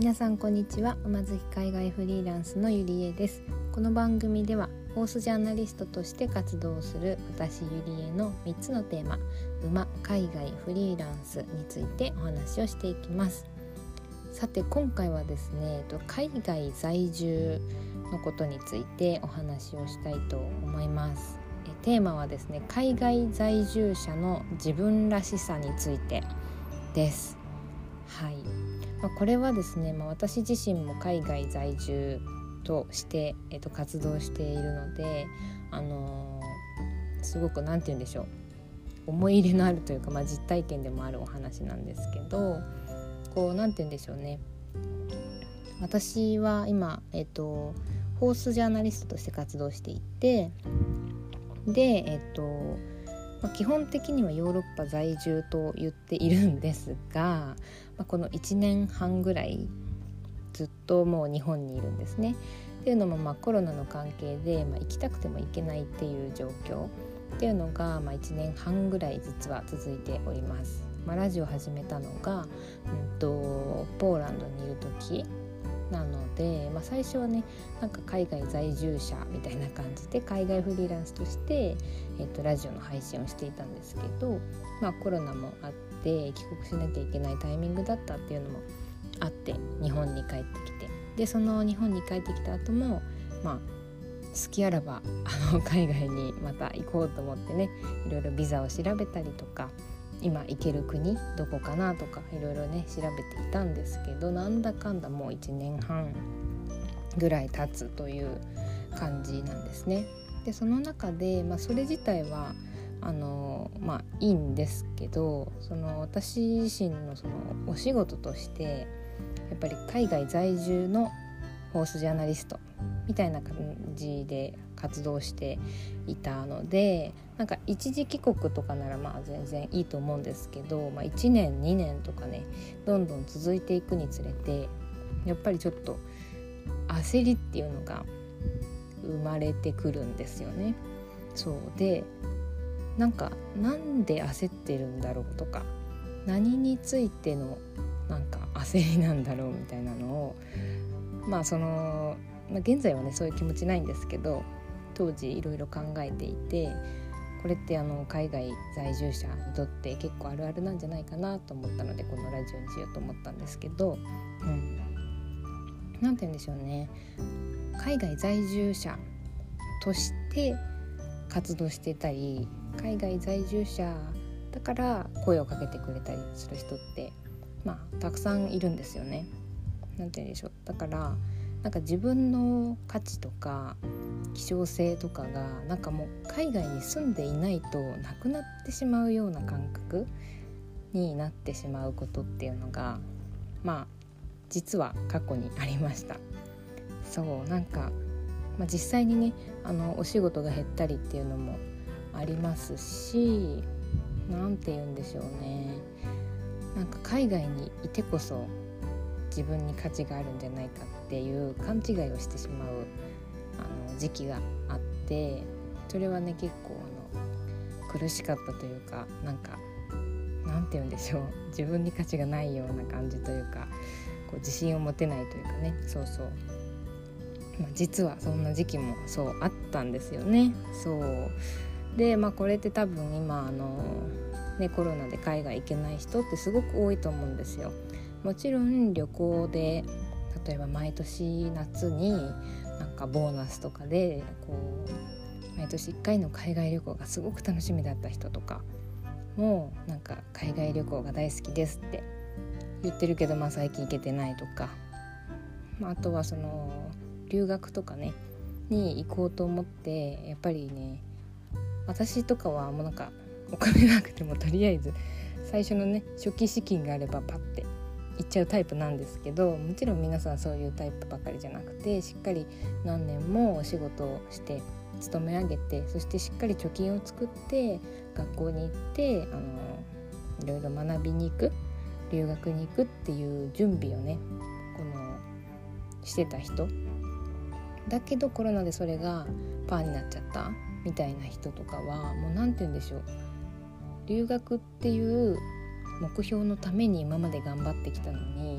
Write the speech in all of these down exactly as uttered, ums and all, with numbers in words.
皆さんこんにちは。馬好き海外フリーランスのゆりえです。この番組ではホースジャーナリストとして活動する私ゆりえのみっつのテーマ、馬、海外、フリーランスについてお話をしていきます。さて今回はですね、海外在住のことについてお話をしたいと思います。テーマはですね、海外在住者の自分らしさについてです。はい、まあ、これはですね、まあ、私自身も海外在住として、えっと、活動しているので、あのー、すごくなんて言うんでしょう、思い入れのあるというか、まあ、実体験でもあるお話なんですけど、こうなんて言うんでしょうね、私は今、えっと、ホースジャーナリストとして活動していて、で、えっとまあ、基本的にはヨーロッパ在住と言っているんですが、まあ、このいちねんはんぐらいずっともう日本にいるんですね。っていうのも、まあコロナの関係で、まあ、行きたくても行けないっていう状況っていうのが、まあ、いちねんはんぐらい実は続いております。まあ、ラジオ始めたのが、うんと、ポーランドにいる時なので、まあ、最初はね、なんか海外在住者みたいな感じで海外フリーランスとして、えっと、ラジオの配信をしていたんですけど、まあ、コロナもあって帰国しなきゃいけないタイミングだったっていうのもあって日本に帰ってきて、でその日本に帰ってきた後も、まあ、好きあらばあの海外にまた行こうと思ってね、いろいろビザを調べたりとか、今行ける国どこかなとかいろいろね調べていたんですけど、なんだかんだもういちねんはんぐらい経つという感じなんですね。でその中で、まあ、それ自体はあのまあいいんですけど、その私自身のそのお仕事としてやっぱり海外在住のホースジャーナリストみたいな感じで活動していたので、なんか一時帰国とかならまあ全然いいと思うんですけど、まあ、いちねんにねんとかねどんどん続いていくにつれてやっぱりちょっと焦りっていうのが生まれてくるんですよね。そうで、なんかなんで焦ってるんだろうとか、何についてのなんか焦りなんだろうみたいなのを、まあその、まあ、現在はねそういう気持ちないんですけど、当時いろいろ考えていて、これってあの海外在住者にとって結構あるあるなんじゃないかなと思ったので、このラジオにしようと思ったんですけど、うん、なんて言うんでしょうね、海外在住者として活動していたり、海外在住者だから声をかけてくれたりする人ってまあたくさんいるんですよね。なんて言うんでしょう、だからなんか自分の価値とか希少性とかがなんかもう海外に住んでいないとなくなってしまうような感覚になってしまうことっていうのがまあ実は過去にありました。そうなんか、まあ、実際にねあのお仕事が減ったりっていうのもありますし、なんて言うんでしょうね、なんか海外にいてこそ自分に価値があるんじゃないかっていう勘違いをしてしまうあの時期があって、それはね結構あの苦しかったというか、なんかなんて言うんでしょう、自分に価値がないような感じというか、こう自信を持てないというかね、そうそう、まあ、実はそんな時期もそうあったんですよね。そうで、まあこれって多分今あの、ね、コロナで海外行けない人ってすごく多いと思うんですよ。もちろん旅行で例えば毎年夏になんかボーナスとかでこう毎年いっかいの海外旅行がすごく楽しみだった人とかもうなんか海外旅行が大好きですって言ってるけど、まあ最近行けてないとか、まあ、あとはその留学とかねに行こうと思ってやっぱりね、私とかはもうなんかお金なくてもとりあえず最初のね初期資金があればパッて行っちゃうタイプなんですけど、もちろん皆さんそういうタイプばかりじゃなくて、しっかり何年もお仕事をして勤め上げて、そしてしっかり貯金を作って学校に行ってあのいろいろ学びに行く、留学に行くっていう準備をねこのしてた人だけど、コロナでそれがパーになっちゃったみたいな人とかはもうなんて言うんでしょう、留学っていう目標のために今まで頑張ってきたのに、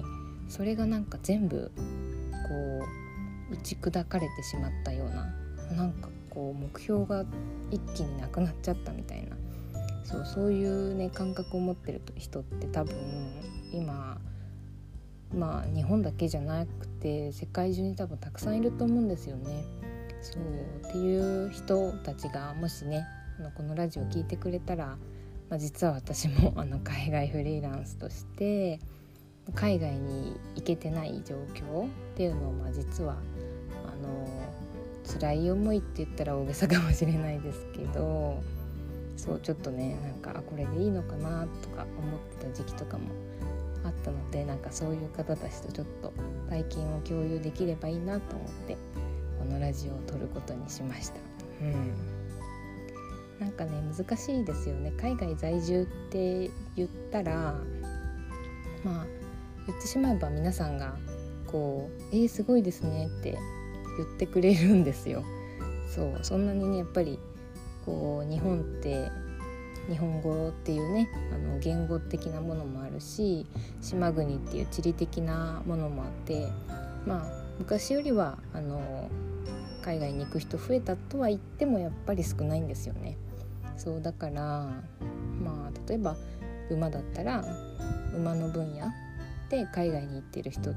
それがなんか全部こう打ち砕かれてしまったような、なんかこう目標が一気になくなっちゃったみたいな、そう、そういうね感覚を持ってる人って多分今まあ日本だけじゃなくて世界中に多分たくさんいると思うんですよね。そうっていう人たちがもしねあのこのラジオ聞いてくれたら、まあ、実は私もあの海外フリーランスとして海外に行けてない状況っていうのを、まあ実はあの辛い思いって言ったら大げさかもしれないですけど、そうちょっとねなんかこれでいいのかなとか思ってた時期とかもあったので、なんかそういう方たちとちょっと体験を共有できればいいなと思ってこのラジオを撮ることにしました。うん、なんかね難しいですよね。海外在住って言ったらまあ言ってしまえば皆さんがこうえー、すごいですねって言ってくれるんですよ。そうそんなにねやっぱりこう日本って日本語っていうねあの言語的なものもあるし、島国っていう地理的なものもあって、まあ昔よりはあの海外に行く人増えたとは言ってもやっぱり少ないんですよね。そうだからまあ例えば馬だったら馬の分野で海外に行ってる人って、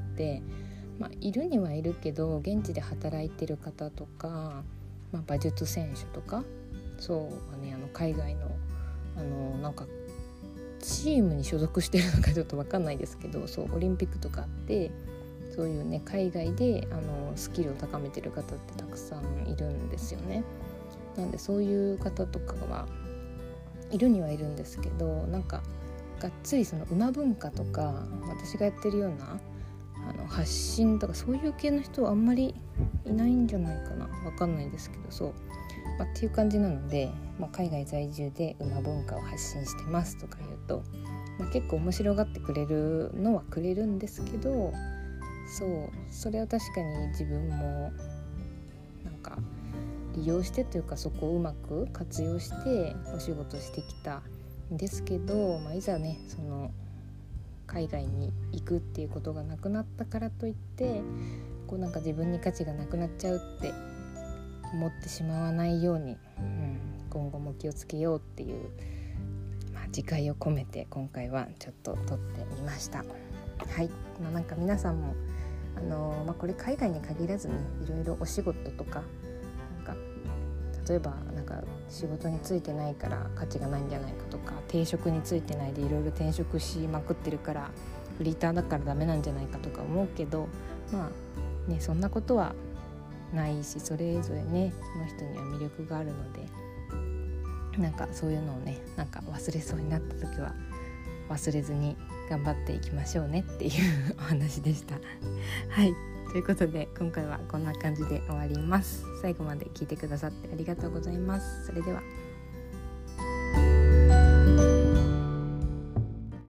まあ、いるにはいるけど現地で働いてる方とか、まあ、馬術選手とかそうねあの海外のあのなんかチームに所属してるのかちょっと分かんないですけど、そうオリンピックとかあってそういうね海外であのスキルを高めてる方ってたくさんいるんですよね。なんでそういう方とかはいるにはいるんですけど、なんかがっつりその馬文化とか私がやってるようなあの発信とかそういう系の人はあんまりいないんじゃないかな、わかんないですけど、そう、まあ、っていう感じなので、まあ、海外在住で馬文化を発信してますとか言うと、まあ、結構面白がってくれるのはくれるんですけど、そうそれは確かに自分もなんか利用してというかそこをうまく活用してお仕事してきたんですけど、まあ、いざねその海外に行くっていうことがなくなったからといってこうなんか自分に価値がなくなっちゃうって思ってしまわないように、うん、今後も気をつけようっていう、まあ、自戒を込めて今回はちょっと撮ってみました。はい、まあ、なんか皆さんもあのーまあ、これ海外に限らずにいろいろお仕事とかなんか例えばなんか仕事についてないから価値がないんじゃないかとか、定職についてないでいろいろ転職しまくってるからフリーターだからダメなんじゃないかとか思うけど、まあねそんなことはないし、それぞれねその人には魅力があるので、なんかそういうのをねなんか忘れそうになった時は忘れずに頑張っていきましょうねっていうお話でした。はい、ということで今回はこんな感じで終わります。最後まで聞いてくださってありがとうございます。それでは。